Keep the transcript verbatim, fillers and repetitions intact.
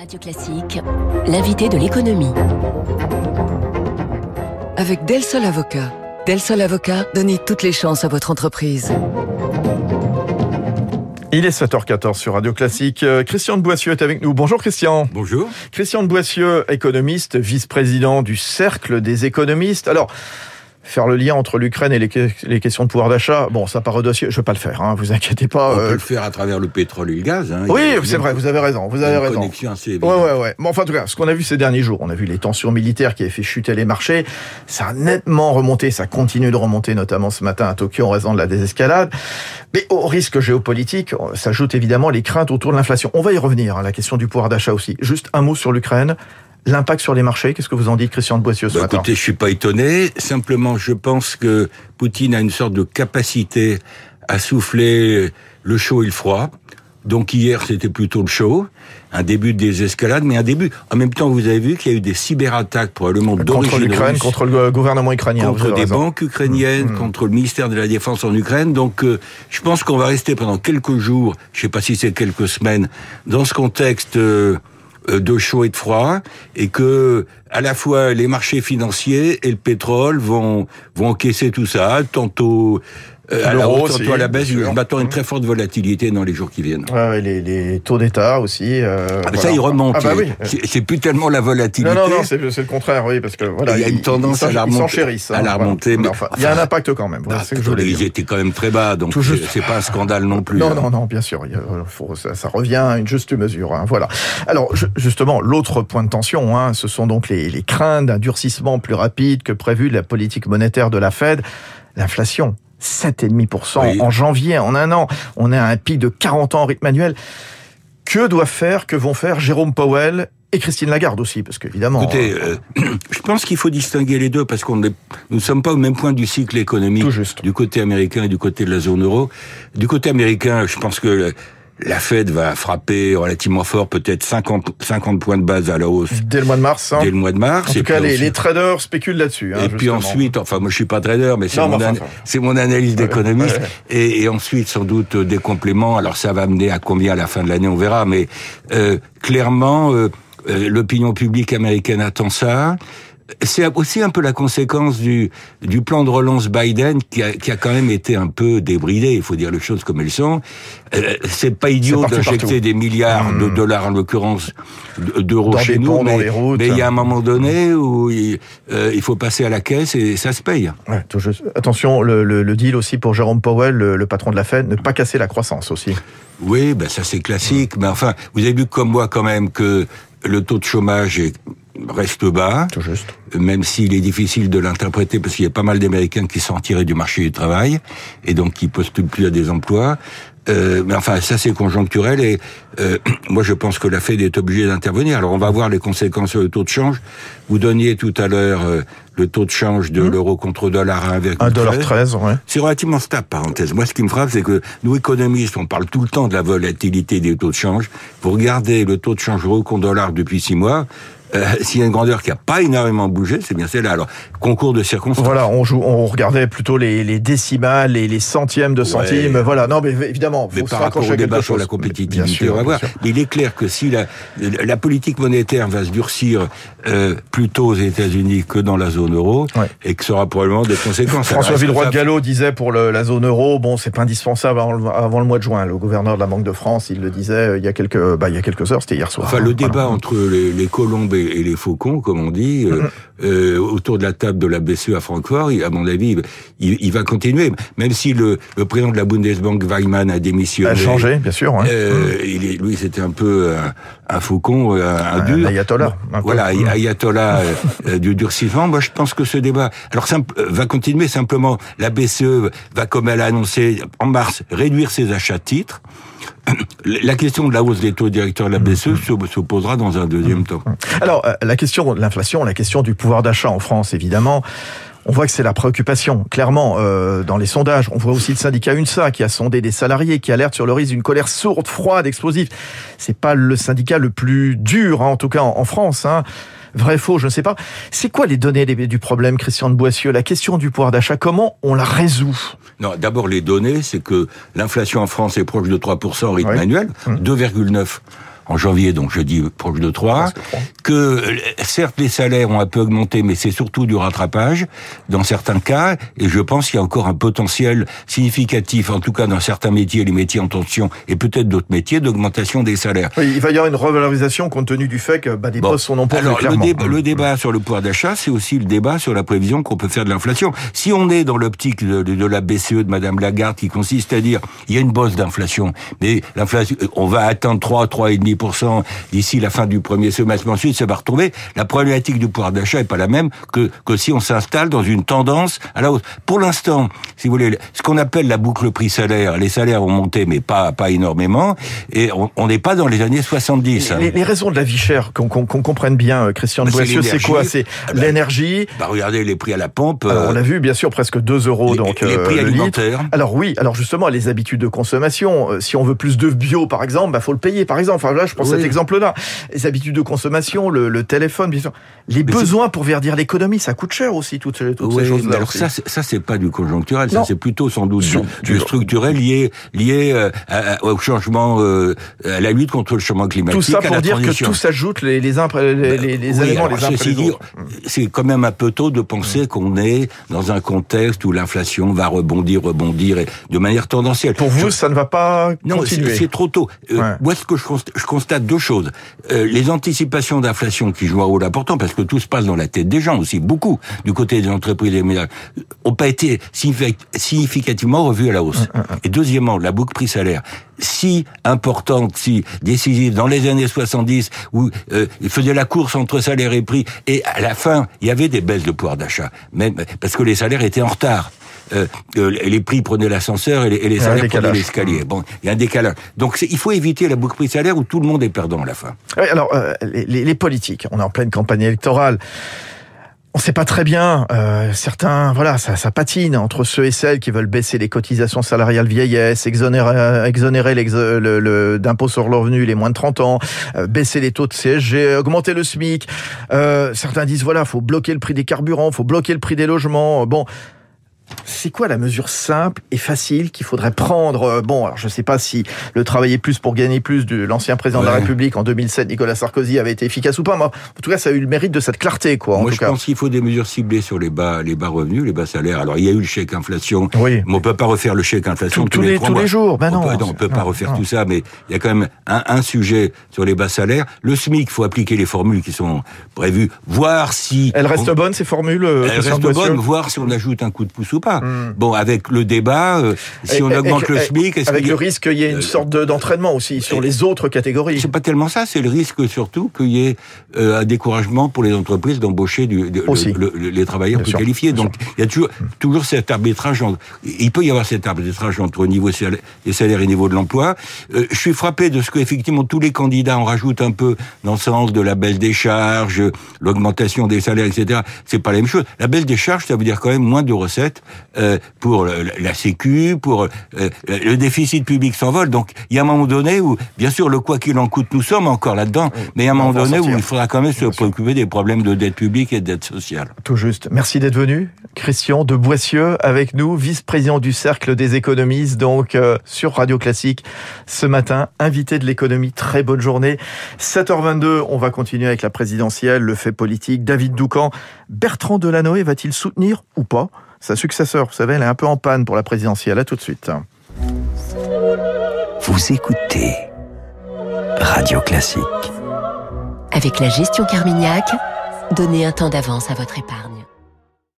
Radio Classique, l'invité de l'économie. Avec Del Sol Avocat. Del Sol Avocat, donnez toutes les chances à votre entreprise. Il est sept heures quatorze sur Radio Classique. Christian de Boissieu est avec nous. Bonjour Christian. Bonjour. Christian de Boissieu, économiste, vice-président du Cercle des économistes. Alors, faire le lien entre l'Ukraine et les, que- les questions de pouvoir d'achat, bon, ça part au dossier, je vais pas le faire, hein, vous inquiétez pas. On euh... peut le faire à travers le pétrole et le gaz. Hein. Oui, Il y a c'est vrai, vous avez raison, vous avez une raison. connexion assez Ouais, évidente. ouais, ouais. Mais enfin, en tout cas, ce qu'on a vu ces derniers jours, on a vu les tensions militaires qui avaient fait chuter les marchés. Ça a nettement remonté, ça continue de remonter, notamment ce matin à Tokyo en raison de la désescalade. Mais au risque géopolitique, s'ajoutent évidemment les craintes autour de l'inflation. On va y revenir, hein, la question du pouvoir d'achat aussi. Juste un mot sur l'Ukraine. L'impact sur les marchés, qu'est-ce que vous en dites, Christian de Boissieu, ce Bah, matin? écoutez, je suis pas étonné. Simplement, je pense que Poutine a une sorte de capacité à souffler le chaud et le froid. Donc hier, c'était plutôt le chaud, un début de désescalade, mais un début. En même temps, vous avez vu qu'il y a eu des cyberattaques probablement Contre d'origine l'Ukraine, russe, contre le gouvernement ukrainien. vous contre avez des raison. banques ukrainiennes, Mmh. contre le ministère de la Défense en Ukraine. Donc, euh, je pense qu'on va rester pendant quelques jours, je sais pas si c'est quelques semaines, dans ce contexte euh, de chaud et de froid, et que à la fois les marchés financiers et le pétrole vont vont encaisser tout ça, tantôt euh, à la L'euro hausse, aussi, tantôt à la baisse. bien sûr. Je m'attends à une très forte volatilité dans les jours qui viennent. Ouais, ouais, les, les taux d'État aussi. Euh, Ah, mais voilà. ça, il remonte. Ah bah oui. C'est, c'est plus tellement la volatilité. Non, non, non, c'est, c'est le contraire, oui, parce que voilà, Il y a une ils- tendance ils, à la ils remonter- s'enchérissent. à hein, la voilà. remonter, Mais mais- enfin, il y a un impact quand même. Voilà, Ah, c'est que je voulais attendez, dire. ils étaient quand même très bas, donc Tout juste. c'est pas un scandale non plus. Non, hein. non, non, bien sûr, il y a- faut- ça, ça revient à une juste mesure. Hein, voilà. Alors, je- justement, l'autre point de tension, hein, ce sont donc les, les craintes d'un durcissement plus rapide que prévu de la politique monétaire de la Fed. L'inflation, sept virgule cinq pour cent Oui. en janvier, en un an. On est à un pic de quarante ans en rythme annuel. Que doivent faire, que vont faire Jérôme Powell et Christine Lagarde aussi, parce qu'évidemment... Écoutez, euh, je pense qu'il faut distinguer les deux parce qu'on ne nous ne sommes pas au même point du cycle économique Tout juste. du côté américain et du côté de la zone euro. Du côté américain, je pense que le- la Fed va frapper relativement fort, peut-être cinquante, cinquante points de base à la hausse Dès le mois de mars, hein. dès le mois de mars. En tout Et cas, puis les, ensuite- les traders spéculent là-dessus. Hein, et puis justement. ensuite, enfin moi je suis pas trader, mais c'est, Non, mon, mais an- enfin, c'est mon analyse d'économiste. ouais. Et, et ensuite sans doute euh, des compléments. Alors ça va amener à combien à la fin de l'année, on verra. Mais euh, clairement, euh, euh, l'opinion publique américaine attend ça. C'est aussi un peu la conséquence du, du plan de relance Biden qui a, qui a quand même été un peu débridé. Il faut dire les choses comme elles sont. Euh, c'est pas idiot C'est parti d'injecter partout. des milliards de dollars, en l'occurrence d- d'euros Dans chez des nous, ponts, dans mais les routes. mais il y a un moment donné où il, euh, il faut passer à la caisse et ça se paye. Ouais, tout juste. Attention, le, le, le deal aussi pour Jérôme Powell, le, le patron de la Fed, ne pas casser la croissance aussi. Oui, ben ça c'est classique, mais enfin, vous avez vu comme moi quand même que le taux de chômage est, reste bas, Tout juste. même s'il est difficile de l'interpréter parce qu'il y a pas mal d'Américains qui sont retirés du marché du travail et donc qui postulent plus à des emplois. Euh, mais enfin, ça c'est conjoncturel et euh, moi je pense que la Fed est obligée d'intervenir. Alors on va voir les conséquences sur le taux de change. Vous donniez tout à l'heure euh, le taux de change de Mmh. l'euro contre dollar à un virgule treize. un dollar treize, ouais. C'est relativement stable, parenthèse. Moi, ce qui me frappe, c'est que nous, économistes, on parle tout le temps de la volatilité des taux de change. Vous regardez le taux de change euro contre dollar depuis six mois, euh, s'il y a une grandeur qui n'a pas énormément bougé, c'est bien celle-là. Alors, concours de circonstances. Voilà, on joue, on regardait plutôt les, les décimales et les centièmes de centimes. Ouais. Voilà, non, mais évidemment, faut Mais se par rapport raccrocher au à quelque débat sur chose. la compétitivité, Bien sûr, on va bien voir. sûr. Mais il est clair que si la, la politique monétaire va se durcir euh, plutôt aux États-Unis que dans la zone euro, Ouais. et que ça aura probablement des conséquences. François Alors, est-ce que Villeroy de ça- Gallo disait pour le, la zone euro, bon, c'est pas indispensable avant le, avant le mois de juin. Le gouverneur de la Banque de France, il le disait euh, il y a quelques, bah, il y a quelques heures, c'était hier soir. Enfin, hein. le débat Voilà. entre les, les colombes et, et les faucons, comme on dit, euh, euh, autour de la table de la B C E à Francfort, il- à mon avis, il, il va continuer. Même si le, le président de la Bundesbank, Weimann, a démissionné. A changé, bien sûr. Hein. Euh, il est, lui, c'était un peu un, un faucon, un, un Un dur. ayatollah, un peu. Voilà, Mm. ayatollah euh, du durcissement. Moi, je pense que ce débat, alors simple, euh, va continuer simplement. La B C E va, comme elle a annoncé en mars, réduire ses achats de titres. La question de la hausse des taux directeurs de la B C E se, se posera dans un deuxième temps. Alors, euh, la question de l'inflation, la question du pouvoir d'achat en France, évidemment, on voit que c'est la préoccupation. Clairement, euh, dans les sondages, on voit aussi le syndicat UNSA qui a sondé des salariés, qui alerte sur le risque d'une colère sourde, froide, explosive. C'est pas le syndicat le plus dur, hein, en tout cas en, en France. Hein. Vrai, faux, je ne sais pas. C'est quoi les données du problème, Christian de Boissieu? La question du pouvoir d'achat, comment on la résout? Non, d'abord les données, c'est que l'inflation en France est proche de trois pour cent au rythme Oui. annuel, Mmh. deux virgule neuf en janvier, donc jeudi proche de trois, que certes les salaires ont un peu augmenté, mais c'est surtout du rattrapage dans certains cas, et je pense qu'il y a encore un potentiel significatif, en tout cas dans certains métiers, les métiers en tension, et peut-être d'autres métiers, d'augmentation des salaires. Oui, il va y avoir une revalorisation compte tenu du fait que bah, des bon, postes sont non pourvus, alors, clairement. Le débat, le débat sur le pouvoir d'achat, c'est aussi le débat sur la prévision qu'on peut faire de l'inflation. Si on est dans l'optique de, de, de la B C E, de Madame Lagarde, qui consiste à dire il y a une bosse d'inflation, mais l'inflation, on va atteindre trois, trois virgule cinq pour cent d'ici la fin du premier semestre, mais ensuite ça va retomber. La problématique du pouvoir d'achat est pas la même que, que si on s'installe dans une tendance à la hausse. Pour l'instant, si vous voulez, ce qu'on appelle la boucle prix-salaire, les salaires ont monté, mais pas, pas énormément, et on n'est pas dans les années soixante-dix. Les, hein. les raisons de la vie chère, qu'on, qu'on, qu'on comprenne bien, Christian de Boissieu, c'est, c'est quoi? C'est ah ben, l'énergie. Bah regardez les prix à la pompe. Alors, euh, on l'a vu, bien sûr, presque deux euros. Les, donc, les prix euh, alimentaires. Litre. Alors oui, alors justement, les habitudes de consommation. Si on veut plus d'œufs bio, par exemple, bah faut le payer, par exemple. Enfin là, je prends oui. cet exemple-là. Les habitudes de consommation, le, le téléphone, bien sûr. Les mais besoins c'est... pour verdir l'économie, ça coûte cher aussi, toutes, toutes oui, ces choses-là. Alors ça, c'est, ça, c'est pas du conjoncturel, non. ça, c'est plutôt sans doute Sur, du, du structurel lié, lié euh, à, au changement, euh, à la lutte contre le changement climatique. Tout ça pour à la dire transition. que tout s'ajoute les, les, imp... les, les, les oui, éléments, les uns après les autres. C'est quand même un peu tôt de penser mmh. qu'on est dans un contexte où l'inflation va rebondir, rebondir, et de manière tendancielle. Pour vous, je... ça ne va pas non, continuer. C'est, c'est trop tôt. Euh, ouais. Moi, ce que je constate, je constate deux choses. Euh, les anticipations d'inflation qui jouent un rôle important, parce que tout se passe dans la tête des gens aussi, beaucoup, du côté des entreprises et des ménages, n'ont pas été significativement revues à la hausse. Mmh, mmh. Et deuxièmement, la boucle prix-salaire, si importante, si décisive, dans les années soixante-dix, où euh, il faisait la course entre salaire et prix, et à la fin, il y avait des baisses de pouvoir d'achat, même parce que les salaires étaient en retard. Euh, euh, les prix prenaient l'ascenseur et les, et les salaires prenaient l'escalier. Bon, il y a un décalage. Donc, c'est, il faut éviter la boucle prix-salaire où tout le monde est perdant à la fin. Oui, alors, euh, les, les politiques, on est en pleine campagne électorale. On sait pas très bien. Euh, certains, voilà, ça, ça patine entre ceux et celles qui veulent baisser les cotisations salariales vieillesse, exonérer, exonérer le, le, d'impôt sur le revenu les moins de trente ans, euh, baisser les taux de C S G, augmenter le SMIC. Euh, certains disent voilà, faut bloquer le prix des carburants, faut bloquer le prix des logements. Bon. C'est quoi la mesure simple et facile qu'il faudrait prendre? Bon, alors je ne sais pas si le travailler plus pour gagner plus de l'ancien président ouais. de la République en deux mille sept, Nicolas Sarkozy, avait été efficace ou pas. Mais en tout cas, ça a eu le mérite de cette clarté, quoi. En Moi, tout je cas. pense qu'il faut des mesures ciblées sur les bas, les bas revenus, les bas salaires. Alors, il y a eu le chèque inflation. Oui. Mais on peut pas refaire le chèque inflation tous, tous, tous les, les, trois tous mois. les jours. Ben non. On peut, non, on peut non, pas refaire non. tout ça, mais il y a quand même un, un sujet sur les bas salaires. Le SMIC, il faut appliquer les formules qui sont prévues, voir si... Elles restent on... bonnes, ces formules? Elles restent bonnes, voir si on ajoute un coup de pouce ou pas. Hum. Bon, avec le débat, Euh, si et, on et, augmente et, le SMIC... Est-ce avec le risque qu'il y ait une euh, sorte de, d'entraînement aussi sur et, les autres catégories. C'est pas tellement ça, c'est le risque surtout qu'il y ait euh, un découragement pour les entreprises d'embaucher du, de, le, le, les travailleurs plus qualifiés. Donc il y a toujours, toujours cet arbitrage, entre, il peut y avoir cet arbitrage entre niveau salaire, les salaires et niveau de l'emploi. Euh, je suis frappé de ce que effectivement tous les candidats en rajoutent un peu dans le sens de la baisse des charges, l'augmentation des salaires, et cetera. C'est pas la même chose. La baisse des charges, ça veut dire quand même moins de recettes euh, pour la, la Sécu, pour euh, le déficit public s'envole. Donc, il y a un moment donné où, bien sûr, le quoi qu'il en coûte, nous sommes encore là-dedans, oui, mais il y a un moment donné où il faudra quand même se préoccuper des problèmes de dette publique et de dette sociale. Tout juste. Merci d'être venu, Christian de Boissieu, avec nous, vice-président du Cercle des économistes, donc euh, sur Radio Classique ce matin, invité de l'économie. Très bonne journée. sept heures vingt-deux, on va continuer avec la présidentielle, le fait politique. David Doucan, Bertrand Delanoë va-t-il soutenir ou pas sa successeur? Vous savez, elle est un peu en panne pour la présidentielle. À tout de suite. Vous écoutez Radio Classique. Avec la gestion Carmignac, donnez un temps d'avance à votre épargne.